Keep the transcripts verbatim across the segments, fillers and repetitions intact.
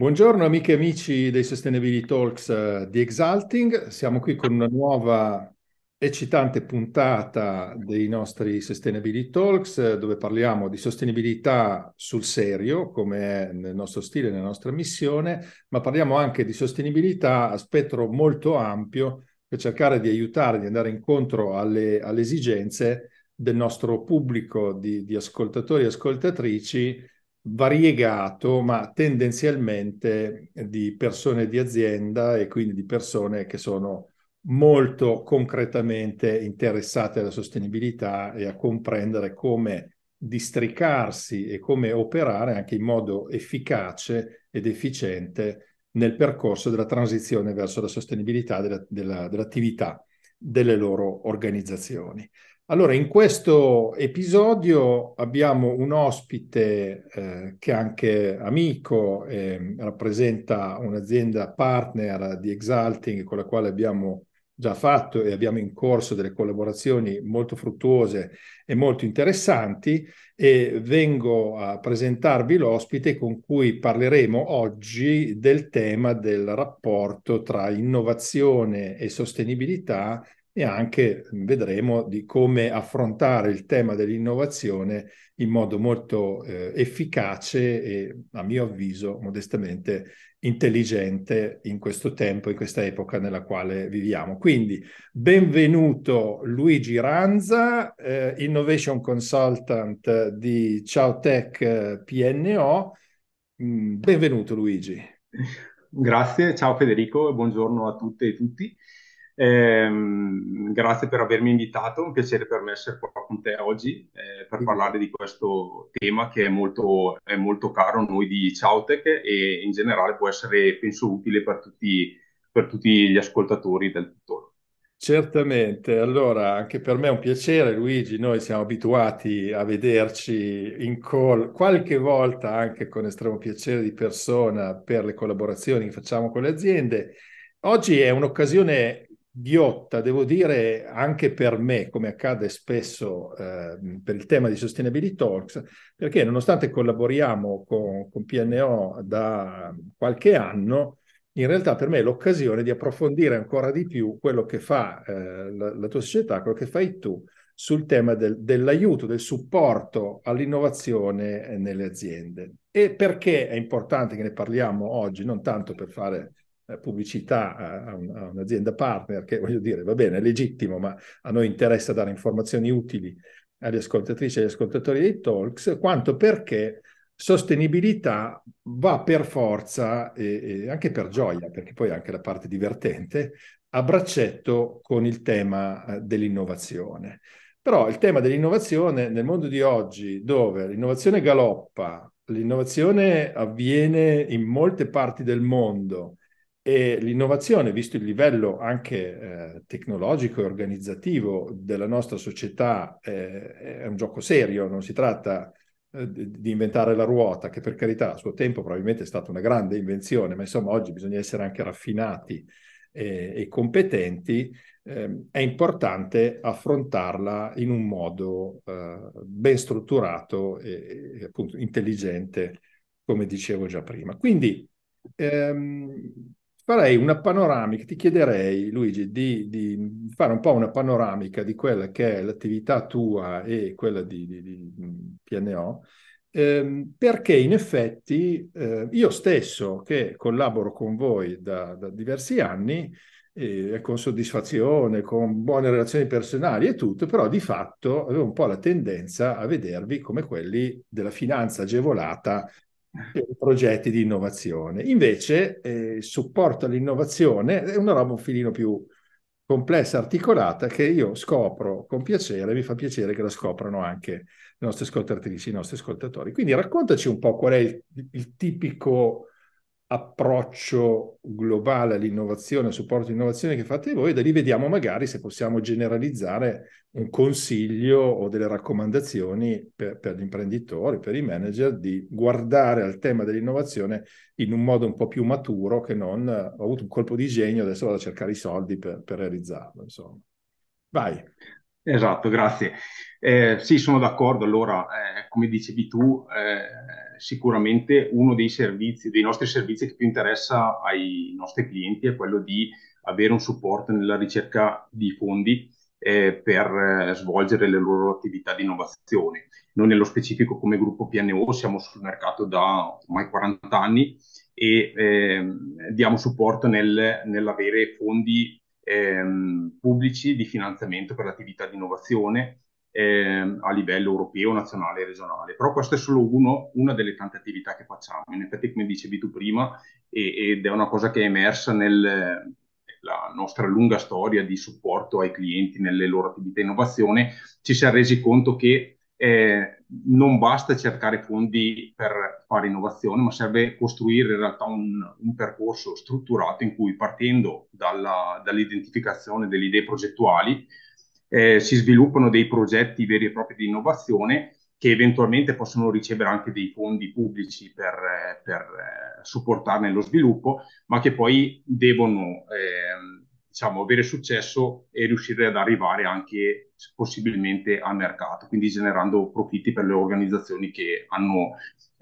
Buongiorno amiche e amici dei Sustainability Talks eh, di Exalting. Siamo qui con una nuova eccitante puntata dei nostri Sustainability Talks eh, dove parliamo di sostenibilità sul serio, come è nel nostro stile, nella nostra missione, ma parliamo anche di sostenibilità a spettro molto ampio per cercare di aiutare, di andare incontro alle, alle esigenze del nostro pubblico di, di ascoltatori e ascoltatrici variegato, ma tendenzialmente di persone di azienda e quindi di persone che sono molto concretamente interessate alla sostenibilità e a comprendere come districarsi e come operare anche in modo efficace ed efficiente nel percorso della transizione verso la sostenibilità della, della, dell'attività delle loro organizzazioni. Allora, in questo episodio abbiamo un ospite eh, che è anche amico, eh, rappresenta un'azienda partner di Exalting con la quale abbiamo già fatto e abbiamo in corso delle collaborazioni molto fruttuose e molto interessanti e vengo a presentarvi l'ospite con cui parleremo oggi del tema del rapporto tra innovazione e sostenibilità e anche vedremo di come affrontare il tema dell'innovazione in modo molto eh, efficace e, a mio avviso, modestamente intelligente in questo tempo, in questa epoca nella quale viviamo. Quindi, benvenuto Luigi Ranza, eh, Innovation Consultant di Ciaotech eh, P N O. Mm, benvenuto Luigi. Grazie, ciao Federico e buongiorno a tutte e tutti. Ehm, grazie per avermi invitato, è un piacere per me essere qua con te oggi eh, per parlare di questo tema che è molto, è molto caro a noi di Ciautech e in generale può essere, penso, utile per tutti, per tutti gli ascoltatori del tutto. Certamente, allora anche per me è un piacere, Luigi, noi siamo abituati a vederci in call qualche volta anche con estremo piacere di persona per le collaborazioni che facciamo con le aziende. Oggi è un'occasione ghiotta, devo dire, anche per me, come accade spesso eh, per il tema di Sustainability Talks, perché nonostante collaboriamo con, con P N O da qualche anno, in realtà per me è l'occasione di approfondire ancora di più quello che fa eh, la, la tua società, quello che fai tu sul tema del, dell'aiuto, del supporto all'innovazione eh, nelle aziende. E perché è importante che ne parliamo oggi, non tanto per fare eh, pubblicità a, a, un, a un'azienda partner, che voglio dire, va bene, è legittimo, ma a noi interessa dare informazioni utili agli ascoltatrici e agli ascoltatori dei talks, quanto perché sostenibilità va per forza, e, e anche per gioia, perché poi è anche la parte divertente, a braccetto con il tema eh, dell'innovazione. Però il tema dell'innovazione nel mondo di oggi, dove l'innovazione galoppa, l'innovazione avviene in molte parti del mondo e l'innovazione, visto il livello anche eh, tecnologico e organizzativo della nostra società, eh, è un gioco serio, non si tratta eh, di inventare la ruota, che per carità a suo tempo probabilmente è stata una grande invenzione, ma insomma oggi bisogna essere anche raffinati e, e competenti, eh, è importante affrontarla in un modo eh, ben strutturato e, e appunto intelligente, come dicevo già prima. Quindi ehm, farei una panoramica, ti chiederei, Luigi, di, di fare un po' una panoramica di quella che è l'attività tua e quella di, di, di P N O, ehm, perché in effetti eh, io stesso, che collaboro con voi da, da diversi anni, eh, con soddisfazione, con buone relazioni personali e tutto, però di fatto avevo un po' la tendenza a vedervi come quelli della finanza agevolata per i progetti di innovazione. Invece, eh, il supporto all'innovazione è una roba un filino più complessa, articolata, che io scopro con piacere, mi fa piacere che la scoprano anche le nostre ascoltatrici, i nostri ascoltatori. Quindi raccontaci un po' qual è il, il tipico approccio globale all'innovazione, al supporto all'innovazione che fate voi, e da lì vediamo magari se possiamo generalizzare un consiglio o delle raccomandazioni per, per gli imprenditori, per i manager, di guardare al tema dell'innovazione in un modo un po' più maturo che non ho avuto un colpo di genio, adesso vado a cercare i soldi per, per realizzarlo, insomma. Vai. Esatto, grazie. Eh, sì, sono d'accordo. Allora, eh, come dicevi tu, eh, sicuramente uno dei servizi, dei nostri servizi che più interessa ai nostri clienti è quello di avere un supporto nella ricerca di fondi eh, per eh, svolgere le loro attività di innovazione. Noi nello specifico come gruppo P N O siamo sul mercato da ormai quaranta anni e ehm, diamo supporto nel, nell'avere fondi ehm, pubblici di finanziamento per l'attività di innovazione ehm, a livello europeo, nazionale e regionale. Però questa è solo uno, una delle tante attività che facciamo. In effetti, come dicevi tu prima, e, ed è una cosa che è emersa nel, la nostra lunga storia di supporto ai clienti nelle loro attività di innovazione, ci si è resi conto che eh, non basta cercare fondi per fare innovazione, ma serve costruire in realtà un, un percorso strutturato in cui partendo dalla, dall'identificazione delle idee progettuali eh, si sviluppano dei progetti veri e propri di innovazione che eventualmente possono ricevere anche dei fondi pubblici per, eh, per eh, supportarne lo sviluppo, ma che poi devono eh, diciamo, avere successo e riuscire ad arrivare anche possibilmente al mercato, quindi generando profitti per le organizzazioni che hanno,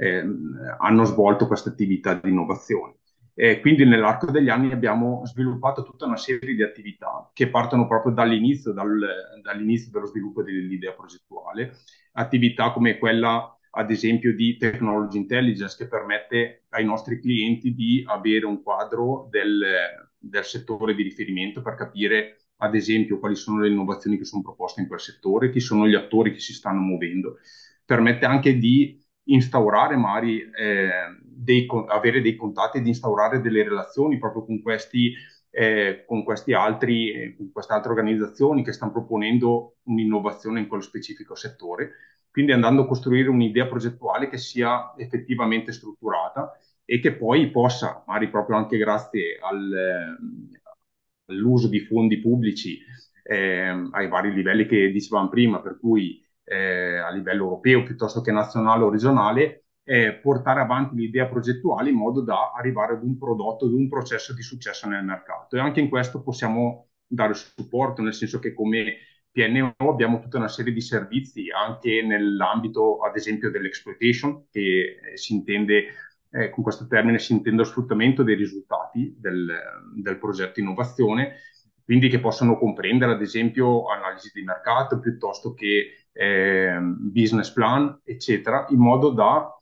ehm, hanno svolto questa attività di innovazione. E quindi nell'arco degli anni abbiamo sviluppato tutta una serie di attività che partono proprio dall'inizio, dal, dall'inizio dello sviluppo dell'idea progettuale, attività come quella ad esempio di technology intelligence che permette ai nostri clienti di avere un quadro del, del settore di riferimento per capire ad esempio quali sono le innovazioni che sono proposte in quel settore, chi sono gli attori che si stanno muovendo. Permette anche di instaurare magari eh, dei, avere dei contatti e di instaurare delle relazioni proprio con questi eh, con questi altri, eh, con queste altre organizzazioni che stanno proponendo un'innovazione in quello specifico settore, quindi andando a costruire un'idea progettuale che sia effettivamente strutturata e che poi possa, magari proprio anche grazie al, eh, all'uso di fondi pubblici eh, ai vari livelli che dicevamo prima, per cui eh, a livello europeo piuttosto che nazionale o regionale, eh, portare avanti l'idea progettuale in modo da arrivare ad un prodotto, ad un processo di successo nel mercato. E anche in questo possiamo dare supporto, nel senso che come P N O abbiamo tutta una serie di servizi anche nell'ambito, ad esempio, dell'exploitation, che eh, si intende, eh, con questo termine si intende lo sfruttamento dei risultati del, del progetto innovazione, quindi che possono comprendere, ad esempio, analisi di mercato piuttosto che eh, business plan, eccetera, in modo da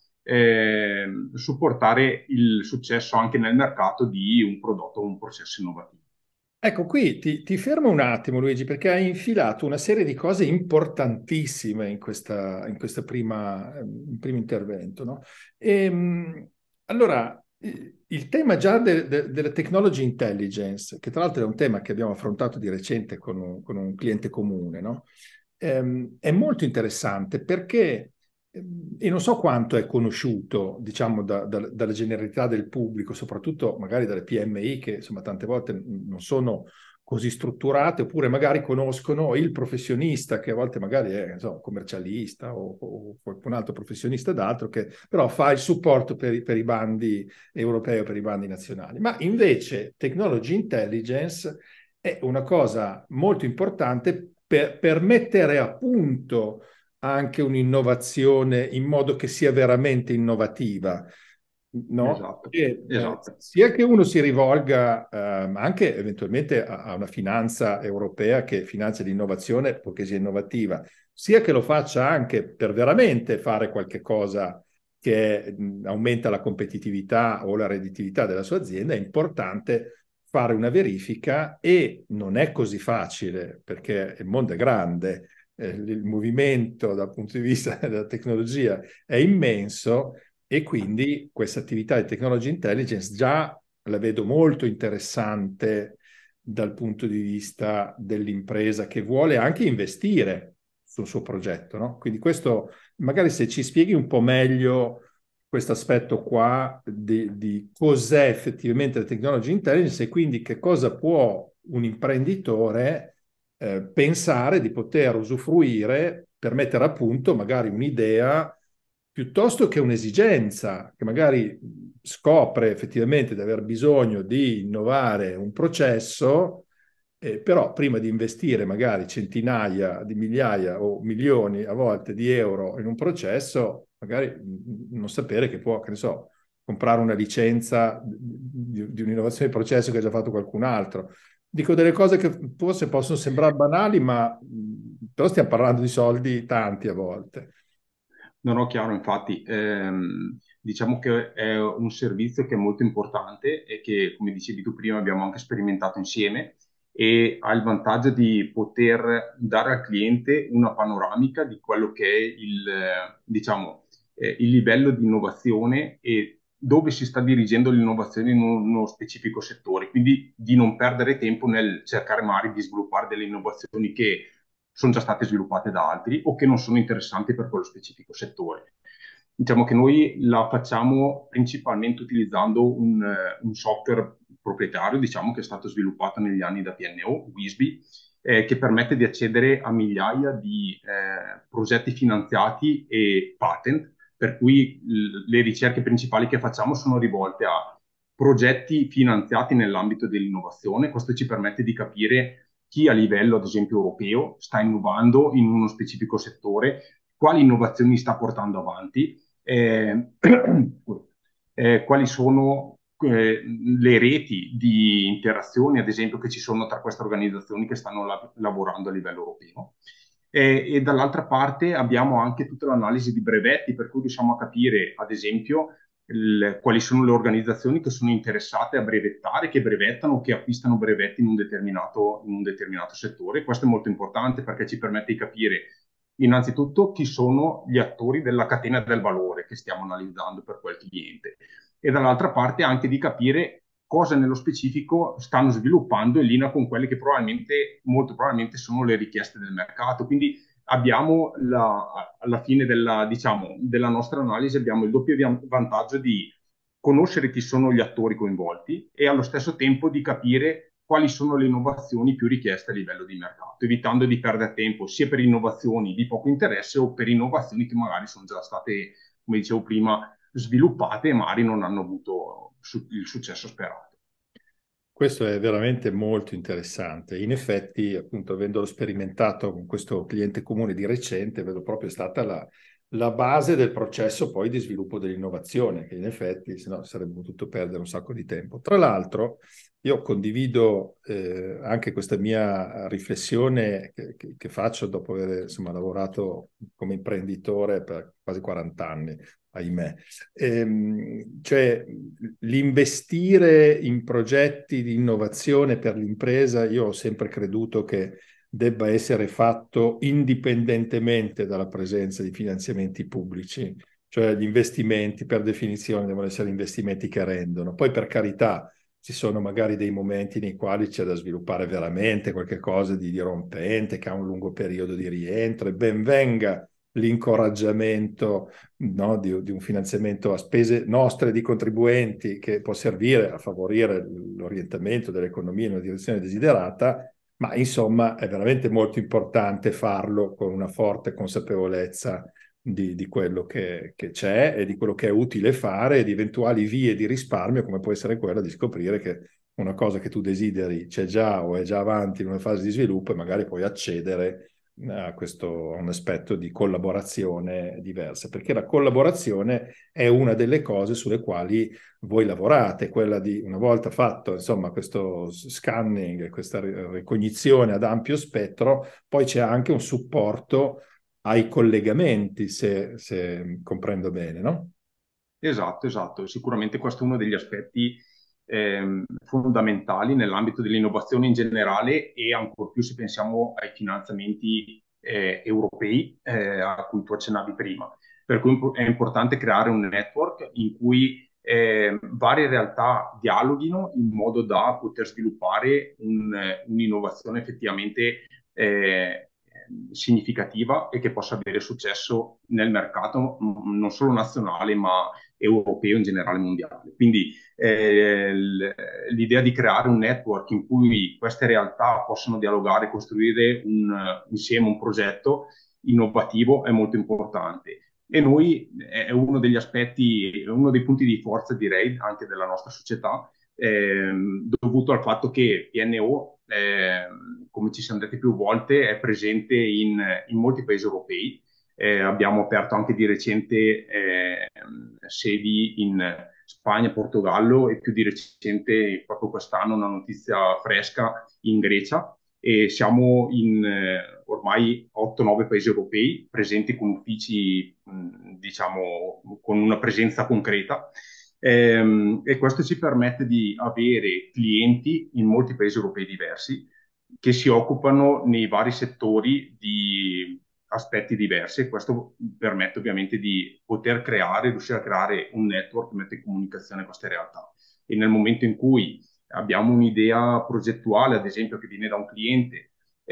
eh, supportare il successo anche nel mercato di un prodotto o un processo innovativo. Ecco, qui ti, ti fermo un attimo, Luigi, perché hai infilato una serie di cose importantissime in questa, in questa prima, in primo intervento, no? E, allora, il tema già de, de, della technology intelligence, che tra l'altro è un tema che abbiamo affrontato di recente con un, con un cliente comune, no? Ehm, è molto interessante perché e non so quanto è conosciuto, diciamo, da, da, dalla generalità del pubblico, soprattutto magari dalle P M I che insomma tante volte non sono così strutturate, oppure magari conoscono il professionista che a volte magari è insomma, commercialista o, o qualcun altro professionista d'altro che però fa il supporto per, per i bandi europei o per i bandi nazionali. Ma invece technology intelligence è una cosa molto importante per, per mettere a punto anche un'innovazione in modo che sia veramente innovativa, no? Esatto, E, eh, esatto. sia che uno si rivolga eh, anche eventualmente a, a una finanza europea che finanzia l'innovazione, purché sia innovativa, sia che lo faccia anche per veramente fare qualche cosa che mh, aumenta la competitività o la redditività della sua azienda, è importante fare una verifica e non è così facile perché il mondo è grande, eh, il movimento dal punto di vista della tecnologia è immenso e quindi questa attività di technology intelligence già la vedo molto interessante dal punto di vista dell'impresa che vuole anche investire sul suo progetto, no? Quindi questo, magari se ci spieghi un po' meglio questo aspetto qua di, di cos'è effettivamente la technology intelligence e quindi che cosa può un imprenditore eh, pensare di poter usufruire per mettere a punto magari un'idea piuttosto che un'esigenza, che magari scopre effettivamente di aver bisogno di innovare un processo, eh, però prima di investire magari centinaia di migliaia o milioni a volte di euro in un processo, magari mh, non sapere che può, che ne so, comprare una licenza di, di un'innovazione di processo che ha già fatto qualcun altro. Dico delle cose che forse possono sembrare banali, ma mh, però stiamo parlando di soldi tanti a volte. Non ho chiaro, infatti, ehm, diciamo che è un servizio che è molto importante e che, come dicevi tu prima, abbiamo anche sperimentato insieme e ha il vantaggio di poter dare al cliente una panoramica di quello che è il, eh, diciamo, eh, il livello di innovazione e dove si sta dirigendo l'innovazione in uno specifico settore, quindi di non perdere tempo nel cercare magari di sviluppare delle innovazioni che sono già state sviluppate da altri o che non sono interessanti per quello specifico settore. Diciamo che noi la facciamo principalmente utilizzando un, eh, un software proprietario, diciamo, che è stato sviluppato negli anni da P N O, WISBY, eh, che permette di accedere a migliaia di eh, progetti finanziati e patent, per cui l- le ricerche principali che facciamo sono rivolte a progetti finanziati nell'ambito dell'innovazione. Questo ci permette di capire chi a livello, ad esempio, europeo sta innovando in uno specifico settore, quali innovazioni sta portando avanti, eh, eh, quali sono eh, le reti di interazione, ad esempio, che ci sono tra queste organizzazioni che stanno la- lavorando a livello europeo. E, e dall'altra parte abbiamo anche tutta l'analisi di brevetti, per cui riusciamo a capire, ad esempio, il- quali sono le organizzazioni che sono interessate a brevettare, che brevettano o che acquistano brevetti in un determinato, in un determinato settore. Questo è molto importante perché ci permette di capire innanzitutto chi sono gli attori della catena del valore che stiamo analizzando per quel cliente e dall'altra parte anche di capire cosa nello specifico stanno sviluppando in linea con quelle che probabilmente, molto probabilmente sono le richieste del mercato. Quindi abbiamo la, alla fine della, diciamo, della nostra analisi abbiamo il doppio vantaggio di conoscere chi sono gli attori coinvolti e allo stesso tempo di capire quali sono le innovazioni più richieste a livello di mercato, evitando di perdere tempo sia per innovazioni di poco interesse o per innovazioni che magari sono già state, come dicevo prima, sviluppate e magari non hanno avuto su- il successo sperato. Questo è veramente molto interessante. In effetti, appunto, avendolo sperimentato con questo cliente comune di recente, vedo proprio è stata la, la base del processo poi di sviluppo dell'innovazione, che in effetti, se no, sarebbe potuto perdere un sacco di tempo. Tra l'altro, io condivido eh, anche questa mia riflessione che, che, che faccio dopo aver insomma, lavorato come imprenditore per quasi quaranta anni, ahimè. Ehm, cioè l'investire in progetti di innovazione per l'impresa, io ho sempre creduto che debba essere fatto indipendentemente dalla presenza di finanziamenti pubblici, cioè gli investimenti per definizione devono essere investimenti che rendono. Poi per carità ci sono magari dei momenti nei quali c'è da sviluppare veramente qualcosa di dirompente, che ha un lungo periodo di rientro e ben venga l'incoraggiamento, no, di, di un finanziamento a spese nostre di contribuenti che può servire a favorire l'orientamento dell'economia in una direzione desiderata, ma insomma è veramente molto importante farlo con una forte consapevolezza di, di quello che, che c'è e di quello che è utile fare e di eventuali vie di risparmio, come può essere quella di scoprire che una cosa che tu desideri c'è già o è già avanti in una fase di sviluppo e magari puoi accedere a questo a un aspetto di collaborazione diversa, perché la collaborazione è una delle cose sulle quali voi lavorate, quella di una volta fatto insomma questo scanning, questa ricognizione ad ampio spettro, poi c'è anche un supporto ai collegamenti, se, se comprendo bene, no? Esatto, esatto. Sicuramente questo è uno degli aspetti ehm, fondamentali nell'ambito dell'innovazione in generale e ancor più se pensiamo ai finanziamenti eh, europei eh, a cui tu accennavi prima. Per cui è importante creare un network in cui eh, varie realtà dialoghino in modo da poter sviluppare un- un'innovazione effettivamente eh, significativa e che possa avere successo nel mercato m- non solo nazionale ma europeo in generale mondiale. Quindi eh, l'idea di creare un network in cui queste realtà possono dialogare e costruire un, insieme un progetto innovativo è molto importante. E noi è uno degli aspetti, uno dei punti di forza, direi, anche della nostra società, ehm, dovuto al fatto che P N O, ehm, come ci siamo detti più volte, è presente in, in molti paesi europei Eh, abbiamo aperto anche di recente eh, sedi in Spagna, Portogallo e più di recente, proprio quest'anno, una notizia fresca in Grecia. E siamo in eh, ormai otto nove paesi europei presenti con uffici, mh, diciamo, con una presenza concreta. Ehm, e questo ci permette di avere clienti in molti paesi europei diversi che si occupano nei vari settori di aspetti diversi, e questo permette ovviamente di poter creare, riuscire a creare un network che mette in comunicazione queste realtà. E nel momento in cui abbiamo un'idea progettuale, ad esempio, che viene da un cliente,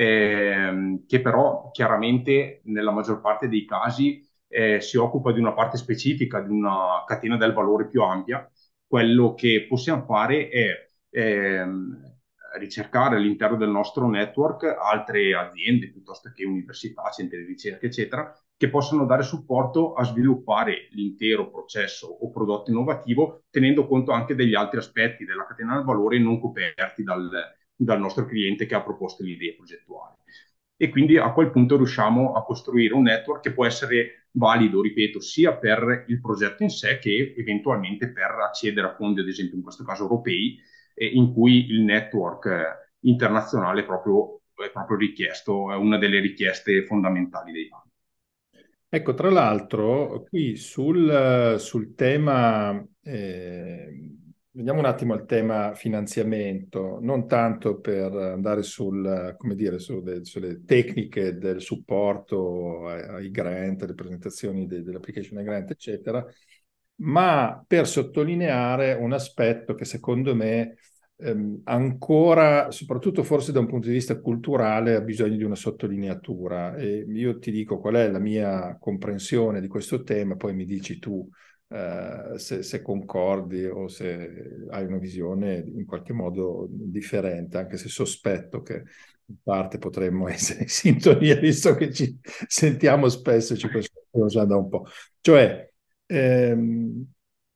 ehm, che però chiaramente nella maggior parte dei casi eh, si occupa di una parte specifica, di una catena del valore più ampia, quello che possiamo fare è ehm, ricercare all'interno del nostro network altre aziende piuttosto che università, centri di ricerca, eccetera, che possano dare supporto a sviluppare l'intero processo o prodotto innovativo, tenendo conto anche degli altri aspetti della catena del valore non coperti dal, dal nostro cliente che ha proposto le idee progettuali. E quindi a quel punto riusciamo a costruire un network che può essere valido, ripeto, sia per il progetto in sé che eventualmente per accedere a fondi, ad esempio in questo caso europei, eh, in cui il network eh, internazionale è proprio, è proprio richiesto, è una delle richieste fondamentali dei bandi. Ecco, tra l'altro, qui sul, sul tema, eh, vediamo un attimo il tema finanziamento, non tanto per andare sul, come dire, sulle, sulle tecniche del supporto ai, ai grant, alle presentazioni de, dell'application ai grant, eccetera, ma per sottolineare un aspetto che secondo me ehm, ancora, soprattutto forse da un punto di vista culturale, ha bisogno di una sottolineatura. E io ti dico qual è la mia comprensione di questo tema, poi mi dici tu eh, se, se concordi o se hai una visione in qualche modo differente, anche se sospetto che in parte potremmo essere in sintonia, visto che ci sentiamo spesso e ci conosciamo già da un po'. Cioè, ehm,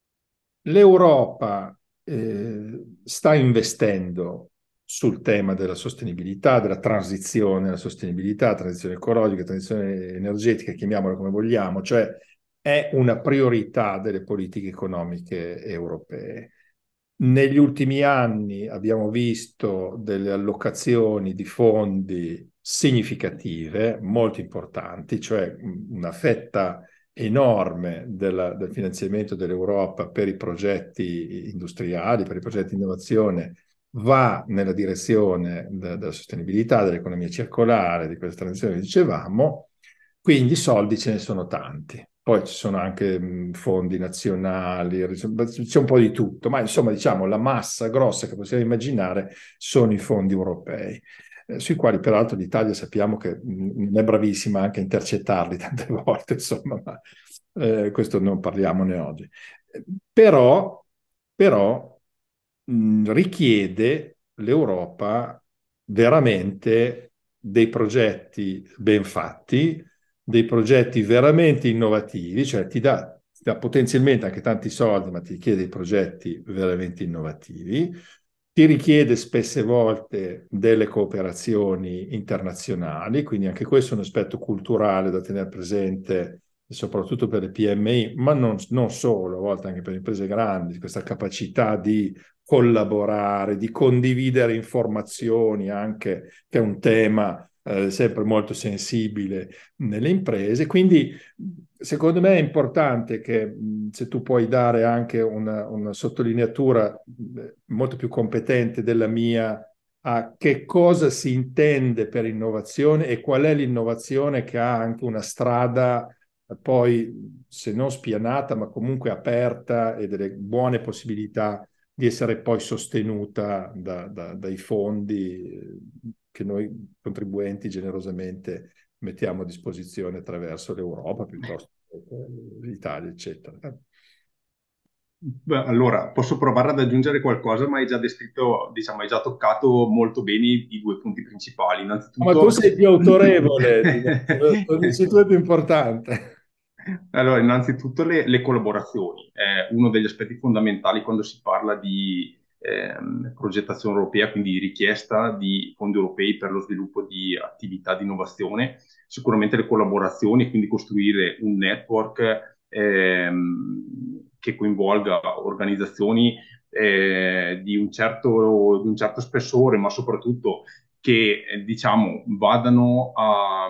l'Europa eh, sta investendo sul tema della sostenibilità, della transizione alla sostenibilità, transizione ecologica, transizione energetica, chiamiamola come vogliamo, cioè è una priorità delle politiche economiche europee. Negli ultimi anni abbiamo visto delle allocazioni di fondi significative, molto importanti, cioè una fetta enorme della, del finanziamento dell'Europa per i progetti industriali, per i progetti di innovazione, va nella direzione de, della sostenibilità, dell'economia circolare, di questa transizione che dicevamo, quindi soldi ce ne sono tanti. Poi ci sono anche mh, fondi nazionali, c'è un po' di tutto, ma insomma diciamo la massa grossa che possiamo immaginare sono i fondi europei, eh, sui quali peraltro l'Italia sappiamo che mh, non è bravissima anche a intercettarli tante volte, insomma, ma eh, questo non parliamone oggi. Però, però mh, richiede l'Europa veramente dei progetti ben fatti, dei progetti veramente innovativi, cioè ti dà, ti dà potenzialmente anche tanti soldi, ma ti chiede dei progetti veramente innovativi, ti richiede spesse volte delle cooperazioni internazionali, quindi anche questo è un aspetto culturale da tenere presente, soprattutto per le P M I, ma non, non solo, a volte anche per le imprese grandi, questa capacità di collaborare, di condividere informazioni anche, che è un tema eh, sempre molto sensibile nelle imprese. Quindi secondo me è importante che mh, se tu puoi dare anche una, una sottolineatura eh, molto più competente della mia a che cosa si intende per innovazione e qual è l'innovazione che ha anche una strada eh, poi, se non spianata, ma comunque aperta e delle buone possibilità di essere poi sostenuta da, da, dai fondi eh, che noi contribuenti generosamente mettiamo a disposizione attraverso l'Europa piuttosto che l'Italia, eccetera. Beh, allora, posso provare ad aggiungere qualcosa, ma hai già descritto, diciamo, hai già toccato molto bene i, i due punti principali. Ma tu Innanzitutto, sei più autorevole, lo dici tu è più importante. allora, innanzitutto le, le collaborazioni. È uno degli aspetti fondamentali quando si parla di, ehm, progettazione europea, quindi richiesta di fondi europei per lo sviluppo di attività di innovazione, sicuramente le collaborazioni, quindi costruire un network ehm, che coinvolga organizzazioni eh, di un certo, di un certo spessore, ma soprattutto che eh, diciamo vadano a,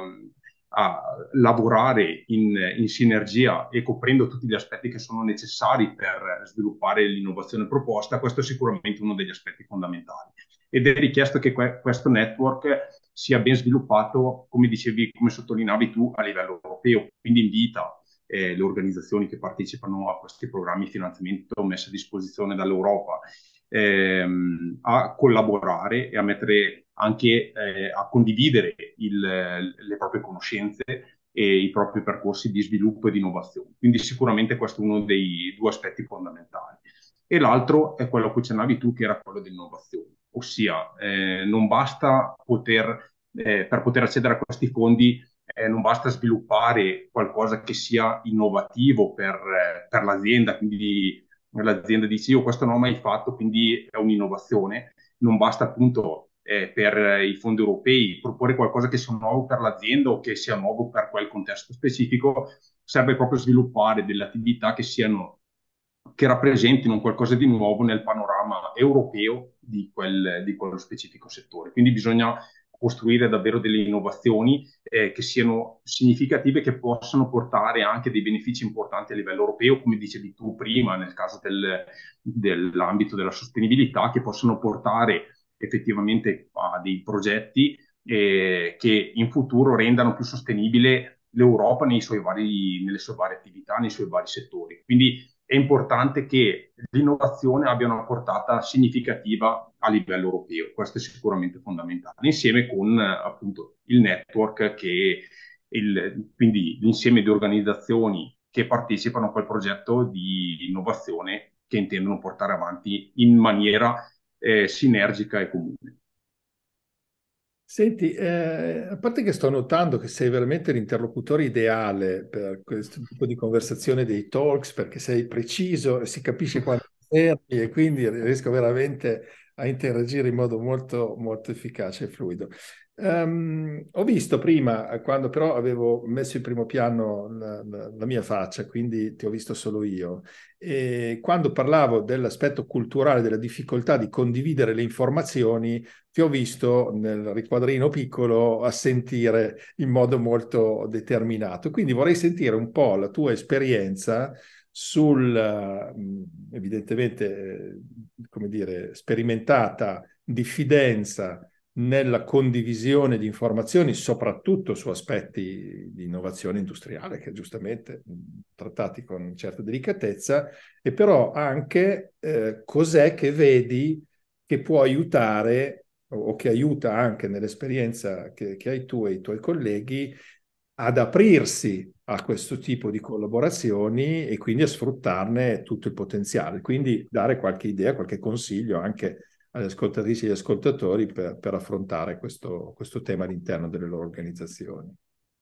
a lavorare in, in sinergia e coprendo tutti gli aspetti che sono necessari per sviluppare l'innovazione proposta. Questo è sicuramente uno degli aspetti fondamentali. Ed è richiesto che que- questo network sia ben sviluppato, come dicevi, come sottolineavi tu, a livello europeo. Quindi invita eh, le organizzazioni che partecipano a questi programmi di finanziamento messi a disposizione dall'Europa ehm, a collaborare e a mettere anche eh, a condividere il, le proprie conoscenze e i propri percorsi di sviluppo e di innovazione. Quindi sicuramente questo è uno dei due aspetti fondamentali. E l'altro è quello a cui accennavi tu, che era quello dell'innovazione, ossia eh, non basta poter, eh, per poter accedere a questi fondi, eh, non basta sviluppare qualcosa che sia innovativo per, eh, per l'azienda, quindi l'azienda dice io questo non ho mai fatto, quindi è un'innovazione, non basta appunto eh, per i fondi europei proporre qualcosa che sia nuovo per l'azienda o che sia nuovo per quel contesto specifico, serve proprio sviluppare delle attività che siano che rappresentino qualcosa di nuovo nel panorama europeo di, quel, di quello specifico settore. Quindi bisogna costruire davvero delle innovazioni eh, che siano significative, che possano portare anche dei benefici importanti a livello europeo, come dicevi tu prima, nel caso del, dell'ambito della sostenibilità, che possono portare effettivamente a dei progetti eh, che in futuro rendano più sostenibile l'Europa nei suoi vari, nelle sue varie attività, nei suoi vari settori. Quindi è importante che l'innovazione abbia una portata significativa a livello europeo, questo è sicuramente fondamentale, insieme con appunto il network, che il, quindi l'insieme di organizzazioni che partecipano a quel progetto di innovazione che intendono portare avanti in maniera eh, sinergica e comune. Senti, eh, a parte che sto notando che sei veramente l'interlocutore ideale per questo tipo di conversazione dei talks, perché sei preciso e si capisce quando fermi e quindi riesco veramente a interagire in modo molto, molto efficace e fluido. Ehm, ho visto prima, eh, quando però avevo messo in primo piano la, la- la mia faccia, quindi ti ho visto solo io, e quando parlavo dell'aspetto culturale, della difficoltà di condividere le informazioni, ti ho visto nel riquadrino piccolo assentire in modo molto determinato. Quindi vorrei sentire un po' la tua esperienza sul, eh, evidentemente, eh, come dire, sperimentata diffidenza nella condivisione di informazioni, soprattutto su aspetti di innovazione industriale, che giustamente mh, trattati con certa delicatezza, e però anche eh, cos'è che vedi che può aiutare o che aiuta anche nell'esperienza che, che hai tu e i tuoi colleghi ad aprirsi a questo tipo di collaborazioni e quindi a sfruttarne tutto il potenziale. Quindi dare qualche idea, qualche consiglio anche alle ascoltatrici e agli ascoltatori per, per affrontare questo, questo tema all'interno delle loro organizzazioni.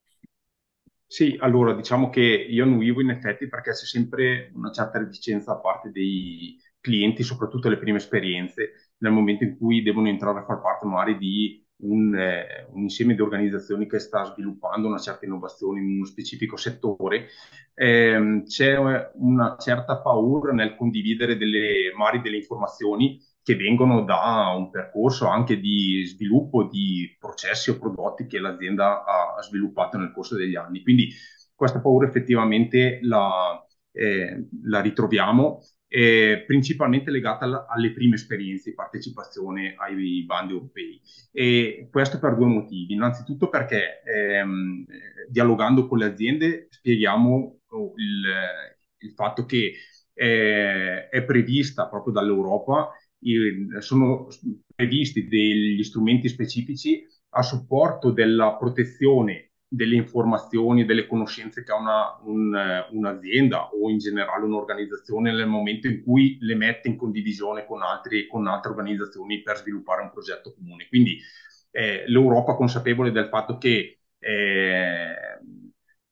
Sì, allora diciamo che io annuivo in effetti perché c'è sempre una certa reticenza da parte dei clienti, soprattutto le prime esperienze, nel momento in cui devono entrare a far parte magari di un, eh, un insieme di organizzazioni che sta sviluppando una certa innovazione in uno specifico settore. Ehm, c'è una certa paura nel condividere delle, magari delle informazioni che vengono da un percorso anche di sviluppo di processi o prodotti che l'azienda ha sviluppato nel corso degli anni. Quindi questa paura effettivamente la, eh, la ritroviamo, eh, principalmente legata alla, alle prime esperienze di partecipazione ai bandi europei. E questo per due motivi. Innanzitutto perché ehm, dialogando con le aziende spieghiamo oh, il, il fatto che eh, è prevista proprio dall'Europa, sono previsti degli strumenti specifici a supporto della protezione delle informazioni e delle conoscenze che ha una, un, un'azienda o in generale un'organizzazione nel momento in cui le mette in condivisione con, altri, con altre organizzazioni per sviluppare un progetto comune. Quindi eh, l'Europa consapevole del fatto che eh,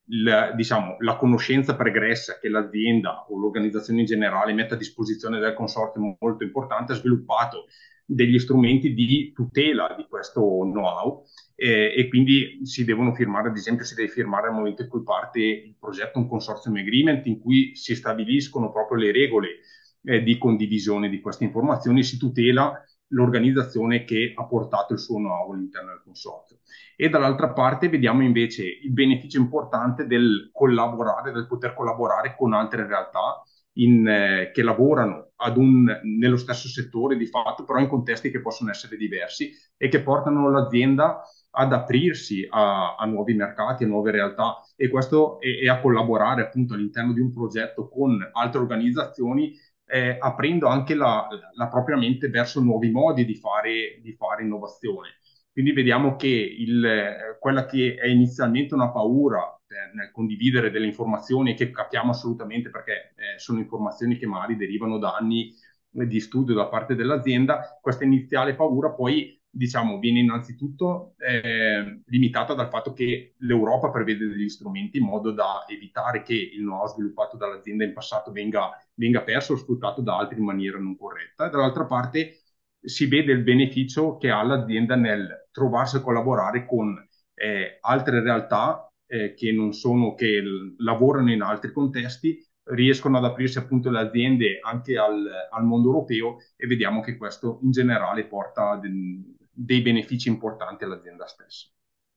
il- diciamo, la conoscenza pregressa che l'azienda o l'organizzazione in generale mette a disposizione del consorzio è molto importante, ha sviluppato degli strumenti di tutela di questo know-how, eh, e quindi si devono firmare, ad esempio, si deve firmare al momento in cui parte il progetto un consortium agreement in cui si stabiliscono proprio le regole eh, di condivisione di queste informazioni, si tutela l'organizzazione che ha portato il suo know-how all'interno del consorzio. E dall'altra parte vediamo invece il beneficio importante del collaborare, del poter collaborare con altre realtà in, eh, che lavorano ad un, nello stesso settore di fatto, però in contesti che possono essere diversi e che portano l'azienda ad aprirsi a, a nuovi mercati, a nuove realtà, e questo è, è a collaborare appunto all'interno di un progetto con altre organizzazioni, eh, aprendo anche la, la propria mente verso nuovi modi di fare, di fare innovazione. Quindi vediamo che il, eh, quella che è inizialmente una paura eh, nel condividere delle informazioni che capiamo assolutamente perché eh, sono informazioni che magari derivano da anni eh, di studio da parte dell'azienda, questa iniziale paura poi diciamo viene innanzitutto eh, limitata dal fatto che l'Europa prevede degli strumenti in modo da evitare che il know-how sviluppato dall'azienda in passato venga, venga perso o sfruttato da altri in maniera non corretta. E dall'altra parte si vede il beneficio che ha l'azienda nel trovarsi a collaborare con eh, altre realtà eh, che non sono, che l- lavorano in altri contesti, riescono ad aprirsi appunto le aziende anche al, al mondo europeo, e vediamo che questo in generale porta de- dei benefici importanti all'azienda stessa.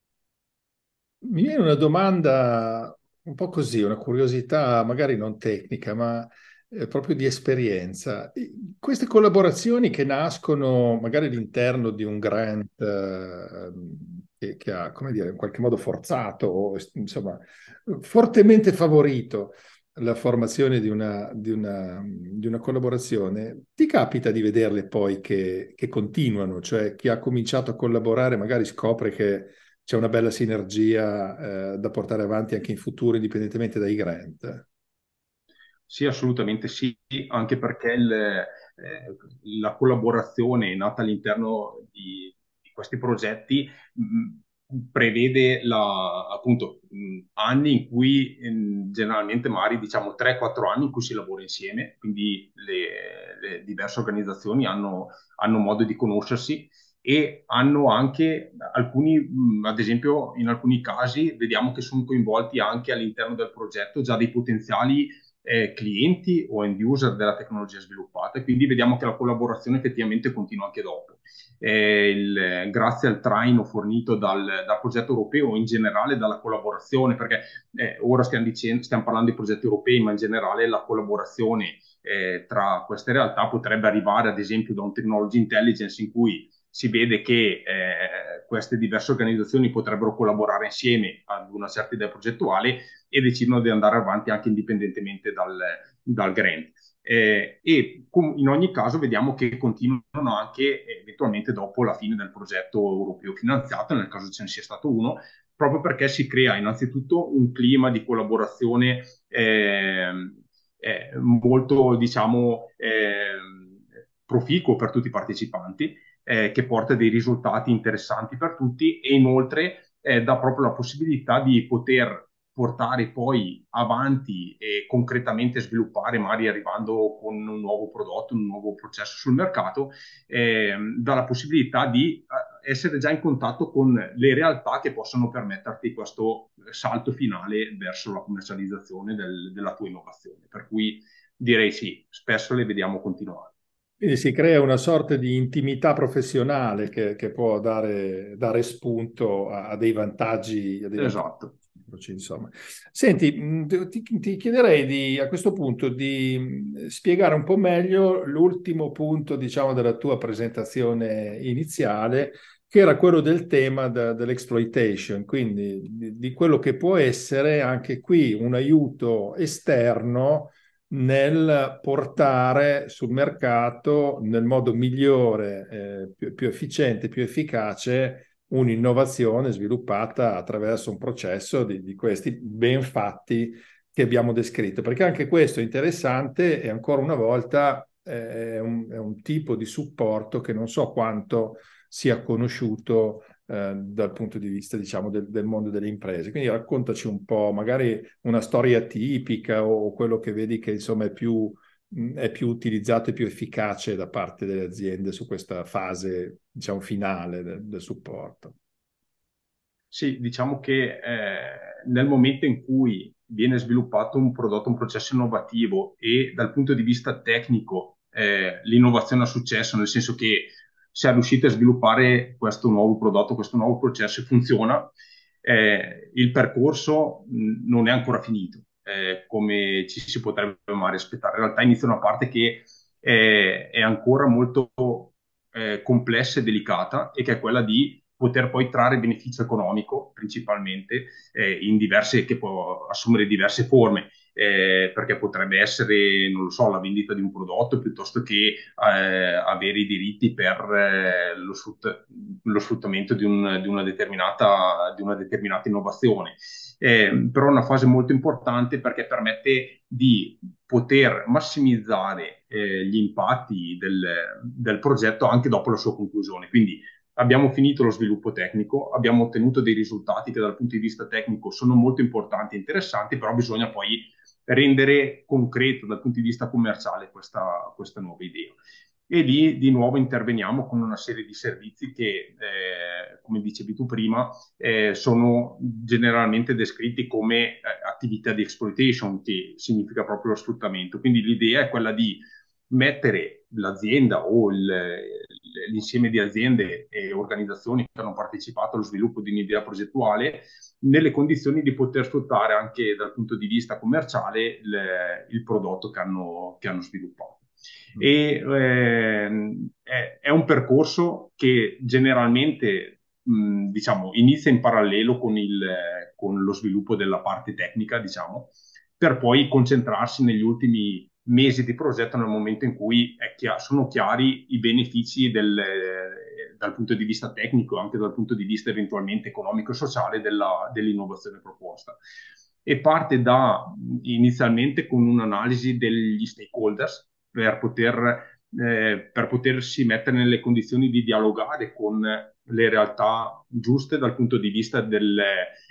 Mi viene una domanda un po' così, una curiosità magari non tecnica, ma eh, proprio di esperienza. I- Queste collaborazioni che nascono magari all'interno di un grant eh, che, che ha, come dire, in qualche modo forzato o insomma fortemente favorito la formazione di una, di una, di una collaborazione, ti capita di vederle poi che, che continuano? Cioè chi ha cominciato a collaborare magari scopre che c'è una bella sinergia eh, da portare avanti anche in futuro, indipendentemente dai grant. Sì, assolutamente sì, anche perché il, eh, la collaborazione nata all'interno di, di questi progetti mh, prevede la, appunto mh, anni in cui mh, generalmente magari diciamo tre quattro anni in cui si lavora insieme, quindi le, le diverse organizzazioni hanno, hanno modo di conoscersi e hanno anche alcuni, mh, ad esempio in alcuni casi vediamo che sono coinvolti anche all'interno del progetto già dei potenziali eh, clienti o end user della tecnologia sviluppata, e quindi vediamo che la collaborazione effettivamente continua anche dopo. Eh, il, grazie al traino fornito dal, dal progetto europeo o in generale dalla collaborazione, perché eh, ora stiamo, dicendo, stiamo parlando di progetti europei, ma in generale la collaborazione eh, tra queste realtà potrebbe arrivare ad esempio da un technology intelligence in cui si vede che eh, queste diverse organizzazioni potrebbero collaborare insieme ad una certa idea progettuale e decidono di andare avanti anche indipendentemente dal, dal grant. Eh, e com- in ogni caso vediamo che continuano anche eh, eventualmente dopo la fine del progetto europeo finanziato, nel caso ce ne sia stato uno, proprio perché si crea innanzitutto un clima di collaborazione eh, eh, molto, diciamo, eh, proficuo per tutti i partecipanti, eh, che porta dei risultati interessanti per tutti, e inoltre eh, dà proprio la possibilità di poter portare poi avanti e concretamente sviluppare, magari arrivando con un nuovo prodotto, un nuovo processo sul mercato, eh, dà la possibilità di eh, essere già in contatto con le realtà che possono permetterti questo salto finale verso la commercializzazione del, della tua innovazione. Per cui direi sì, spesso le vediamo continuare. Quindi si crea una sorta di intimità professionale che, che può dare, dare spunto a, a dei vantaggi, a dei vantaggi, Esatto. insomma. Senti, mh, ti, ti chiederei di, a questo punto di mh, spiegare un po' meglio l'ultimo punto, diciamo, della tua presentazione iniziale, che era quello del tema de- dell'exploitation, quindi di, di quello che può essere anche qui un aiuto esterno nel portare sul mercato nel modo migliore, eh, più, più efficiente, più efficace, un'innovazione sviluppata attraverso un processo di, di questi ben fatti che abbiamo descritto. Perché anche questo è interessante e ancora una volta eh, è un, è un tipo di supporto che non so quanto sia conosciuto eh, dal punto di vista, diciamo, del, del mondo delle imprese. Quindi raccontaci un po', magari una storia tipica o quello che vedi che insomma è più, mh, è più utilizzato e più efficace da parte delle aziende su questa fase, diciamo, finale del, del supporto. Sì, diciamo che eh, nel momento in cui viene sviluppato un prodotto, un processo innovativo e dal punto di vista tecnico eh, l'innovazione ha successo, nel senso che si è riusciti a sviluppare questo nuovo prodotto, questo nuovo processo e funziona, eh, il percorso mh, non è ancora finito, eh, come ci si potrebbe mai aspettare. In realtà inizia una parte che eh, è ancora molto eh, complessa e delicata e che è quella di poter poi trarre beneficio economico principalmente eh, in diverse, che può assumere diverse forme, eh, perché potrebbe essere, non lo so, la vendita di un prodotto piuttosto che eh, avere i diritti per eh, lo, sfrut- lo sfruttamento di, un, di, una determinata, di una determinata innovazione. Eh, però è una fase molto importante perché permette di poter massimizzare eh, gli impatti del, del progetto anche dopo la sua conclusione. Quindi abbiamo finito lo sviluppo tecnico, abbiamo ottenuto dei risultati che dal punto di vista tecnico sono molto importanti e interessanti, però bisogna poi rendere concreto dal punto di vista commerciale questa, questa nuova idea. E lì di nuovo interveniamo con una serie di servizi che, eh, come dicevi tu prima, eh, sono generalmente descritti come eh, attività di exploitation, che significa proprio lo sfruttamento. Quindi l'idea è quella di mettere l'azienda o il, l'insieme di aziende e organizzazioni che hanno partecipato allo sviluppo di un'idea progettuale nelle condizioni di poter sfruttare anche dal punto di vista commerciale il, il prodotto che hanno, che hanno sviluppato. E eh, è, è un percorso che generalmente mh, diciamo, inizia in parallelo con, il, con lo sviluppo della parte tecnica, diciamo, per poi concentrarsi negli ultimi mesi di progetto nel momento in cui è chiar- sono chiari i benefici del, eh, dal punto di vista tecnico, anche dal punto di vista eventualmente economico e sociale della, dell'innovazione proposta. E parte da inizialmente con un'analisi degli stakeholders per poter eh, per potersi mettere nelle condizioni di dialogare con le realtà giuste dal punto di vista del,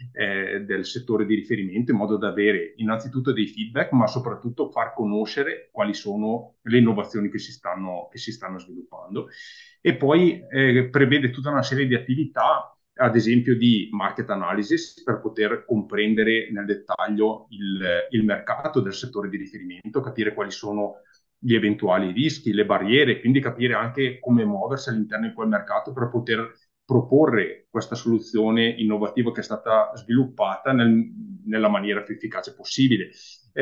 eh, del settore di riferimento, in modo da avere innanzitutto dei feedback, ma soprattutto far conoscere quali sono le innovazioni che si stanno, che si stanno sviluppando. E poi eh, prevede tutta una serie di attività, ad esempio di market analysis, per poter comprendere nel dettaglio il, il mercato del settore di riferimento, capire quali sono gli eventuali rischi, le barriere, quindi capire anche come muoversi all'interno di quel mercato per poter proporre questa soluzione innovativa che è stata sviluppata nel, nella maniera più efficace possibile.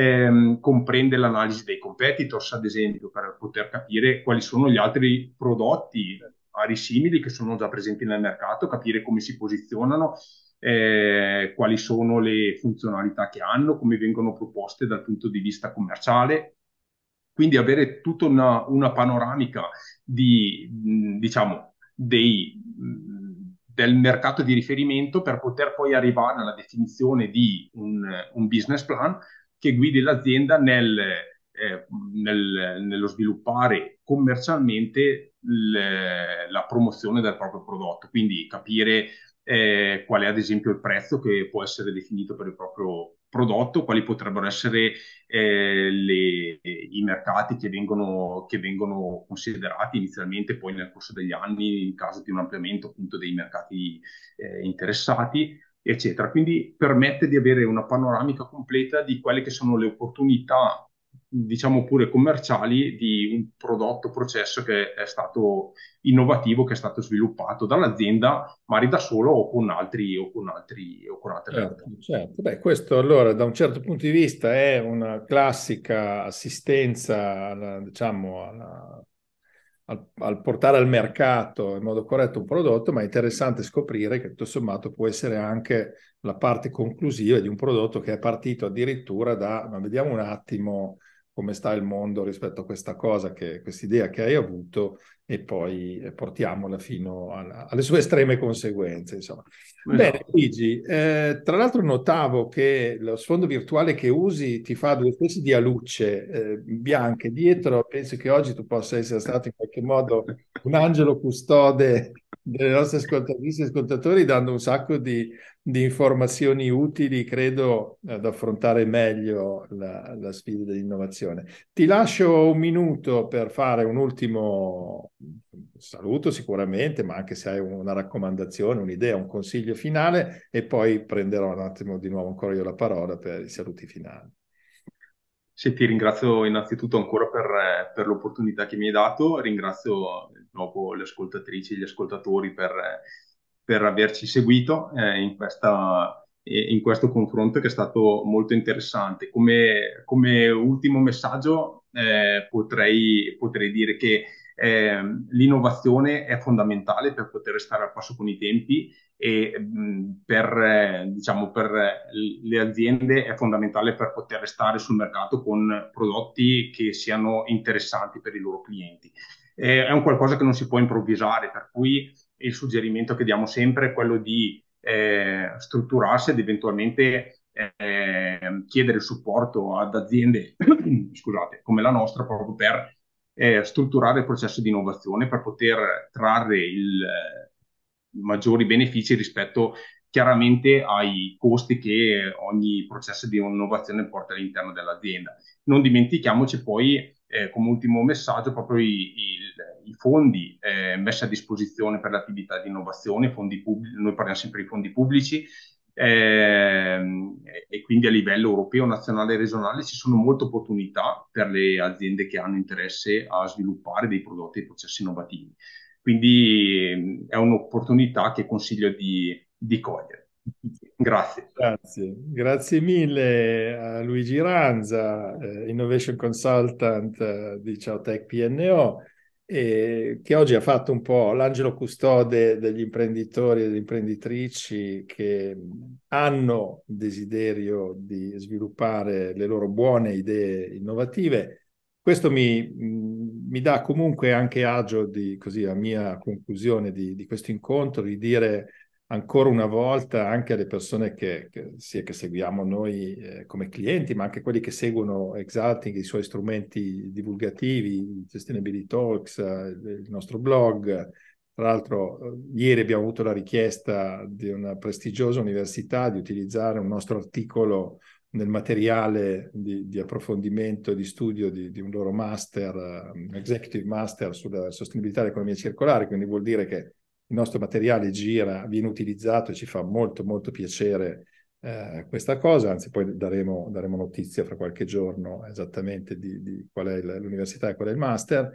Eh, comprende l'analisi dei competitors, ad esempio, per poter capire quali sono gli altri prodotti pari simili che sono già presenti nel mercato, capire come si posizionano, eh, quali sono le funzionalità che hanno, come vengono proposte dal punto di vista commerciale. Quindi avere tutta una, una panoramica di, diciamo, dei, del mercato di riferimento per poter poi arrivare alla definizione di un, un business plan che guidi l'azienda nel, eh, nel, nello sviluppare commercialmente le, la promozione del proprio prodotto. Quindi capire eh, qual è ad esempio il prezzo che può essere definito per il proprio prodotto, quali potrebbero essere eh, le, i mercati che vengono, che vengono considerati inizialmente, poi nel corso degli anni, in caso di un ampliamento appunto dei mercati eh, interessati, eccetera. Quindi permette di avere una panoramica completa di quelle che sono le opportunità, diciamo pure commerciali, di un prodotto, processo che è stato innovativo, che è stato sviluppato dall'azienda, magari da solo o con altri o con altri o con altre Certo, realtà. certo. Beh, questo allora da un certo punto di vista è una classica assistenza, alla- diciamo, alla- al, al portare al mercato in modo corretto un prodotto, ma è interessante scoprire che tutto sommato può essere anche la parte conclusiva di un prodotto che è partito addirittura da, ma vediamo un attimo come sta il mondo rispetto a questa cosa, che, questa idea che hai avuto e poi eh, portiamola fino alla- alle sue estreme conseguenze, insomma. Bene, Esatto. Luigi, eh, tra l'altro notavo che lo sfondo virtuale che usi ti fa due specie di alucce eh, bianche dietro. Penso che oggi tu possa essere stato in qualche modo un angelo custode delle nostre ascoltatrici e ascoltatori, dando un sacco di, di informazioni utili, credo, ad affrontare meglio la, la sfida dell'innovazione. Ti lascio un minuto per fare un ultimo saluto sicuramente, ma anche se hai una raccomandazione, un'idea, un consiglio finale, e poi prenderò un attimo di nuovo ancora io la parola per i saluti finali. Sì, ti ringrazio innanzitutto ancora per, eh, per l'opportunità che mi hai dato, ringrazio eh, dopo le ascoltatrici e gli ascoltatori per, eh, per averci seguito eh, in questa, eh, in questo confronto che è stato molto interessante. Come, come ultimo messaggio eh, potrei, potrei dire che eh, l'innovazione è fondamentale per poter stare al passo con i tempi e mh, per, eh, diciamo, per le aziende è fondamentale per poter restare sul mercato con prodotti che siano interessanti per i loro clienti. Eh, è un qualcosa che non si può improvvisare, per cui il suggerimento che diamo sempre è quello di eh, strutturarsi ed eventualmente eh, chiedere supporto ad aziende scusate, come la nostra proprio per eh, strutturare il processo di innovazione, per poter trarre il, eh, maggiori benefici rispetto chiaramente ai costi che ogni processo di innovazione porta all'interno dell'azienda. Non dimentichiamoci poi, eh, come ultimo messaggio, proprio i, i, i fondi eh, messi a disposizione per l'attività di innovazione, fondi pubblici, noi parliamo sempre di fondi pubblici, ehm, e quindi a livello europeo, nazionale e regionale ci sono molte opportunità per le aziende che hanno interesse a sviluppare dei prodotti e processi innovativi. Quindi ehm, è un'opportunità che consiglio di, di cogliere. Grazie. Grazie, grazie mille a Luigi Ranza, eh, Innovation Consultant eh, di Ciaotech P N O, e che oggi ha fatto un po' l'angelo custode degli imprenditori e delle imprenditrici che hanno desiderio di sviluppare le loro buone idee innovative. Questo mi, mi dà comunque anche agio di, così, a mia conclusione di, di questo incontro, di dire ancora una volta anche alle persone che, che, sia che seguiamo noi eh, come clienti, ma anche quelli che seguono Exalting, i suoi strumenti divulgativi, i Sustainability Talks, eh, il nostro blog. Tra l'altro, eh, ieri abbiamo avuto la richiesta di una prestigiosa università di utilizzare un nostro articolo nel materiale di, di approfondimento e di studio di, di un loro master, uh, executive master sulla sostenibilità dell'economia circolare, quindi vuol dire che il nostro materiale gira, viene utilizzato e ci fa molto molto piacere eh, questa cosa, anzi poi daremo, daremo notizia fra qualche giorno esattamente di, di qual è l'università e qual è il master,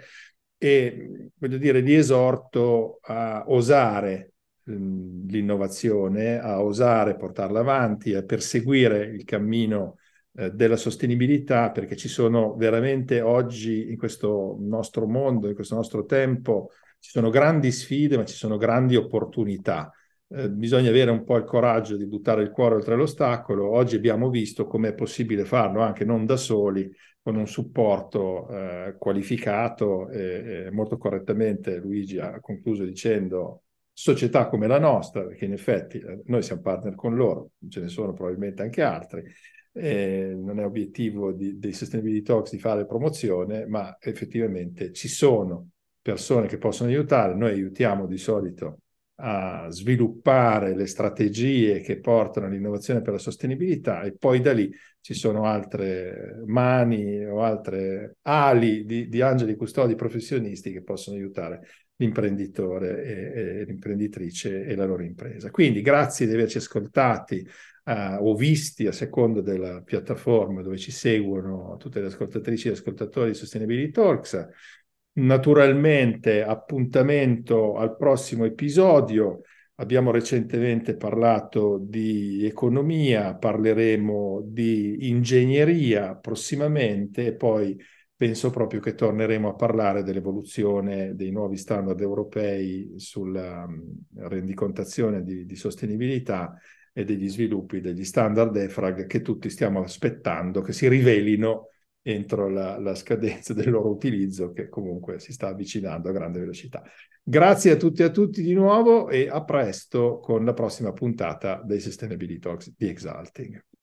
e voglio dire, li esorto a osare mh, l'innovazione, a osare portarla avanti, a perseguire il cammino eh, della sostenibilità, perché ci sono veramente oggi in questo nostro mondo, in questo nostro tempo, ci sono grandi sfide, ma ci sono grandi opportunità. Eh, bisogna avere un po' il coraggio di buttare il cuore oltre l'ostacolo. Oggi abbiamo visto come è possibile farlo anche non da soli, con un supporto eh, qualificato e, e molto correttamente Luigi ha concluso dicendo società come la nostra, perché in effetti eh, noi siamo partner con loro, ce ne sono probabilmente anche altri. Eh, non è obiettivo di, dei Sustainability Talks di fare promozione, ma effettivamente ci sono persone che possono aiutare. Noi aiutiamo di solito a sviluppare le strategie che portano all'innovazione per la sostenibilità, e poi da lì ci sono altre mani o altre ali di, di angeli custodi professionisti che possono aiutare l'imprenditore e, e l'imprenditrice e la loro impresa. Quindi grazie di averci ascoltati uh, o visti a seconda della piattaforma dove ci seguono tutte le ascoltatrici e ascoltatori di Sustainability Talks. Naturalmente, appuntamento al prossimo episodio. Abbiamo recentemente parlato di economia, parleremo di ingegneria prossimamente, e poi penso proprio che torneremo a parlare dell'evoluzione dei nuovi standard europei sulla rendicontazione di, di sostenibilità e degli sviluppi degli standard E F R A G che tutti stiamo aspettando che si rivelino entro la, la scadenza del loro utilizzo, che comunque si sta avvicinando a grande velocità. Grazie a tutti e a tutti di nuovo, e a presto con la prossima puntata dei Sustainability Talks di Exalting.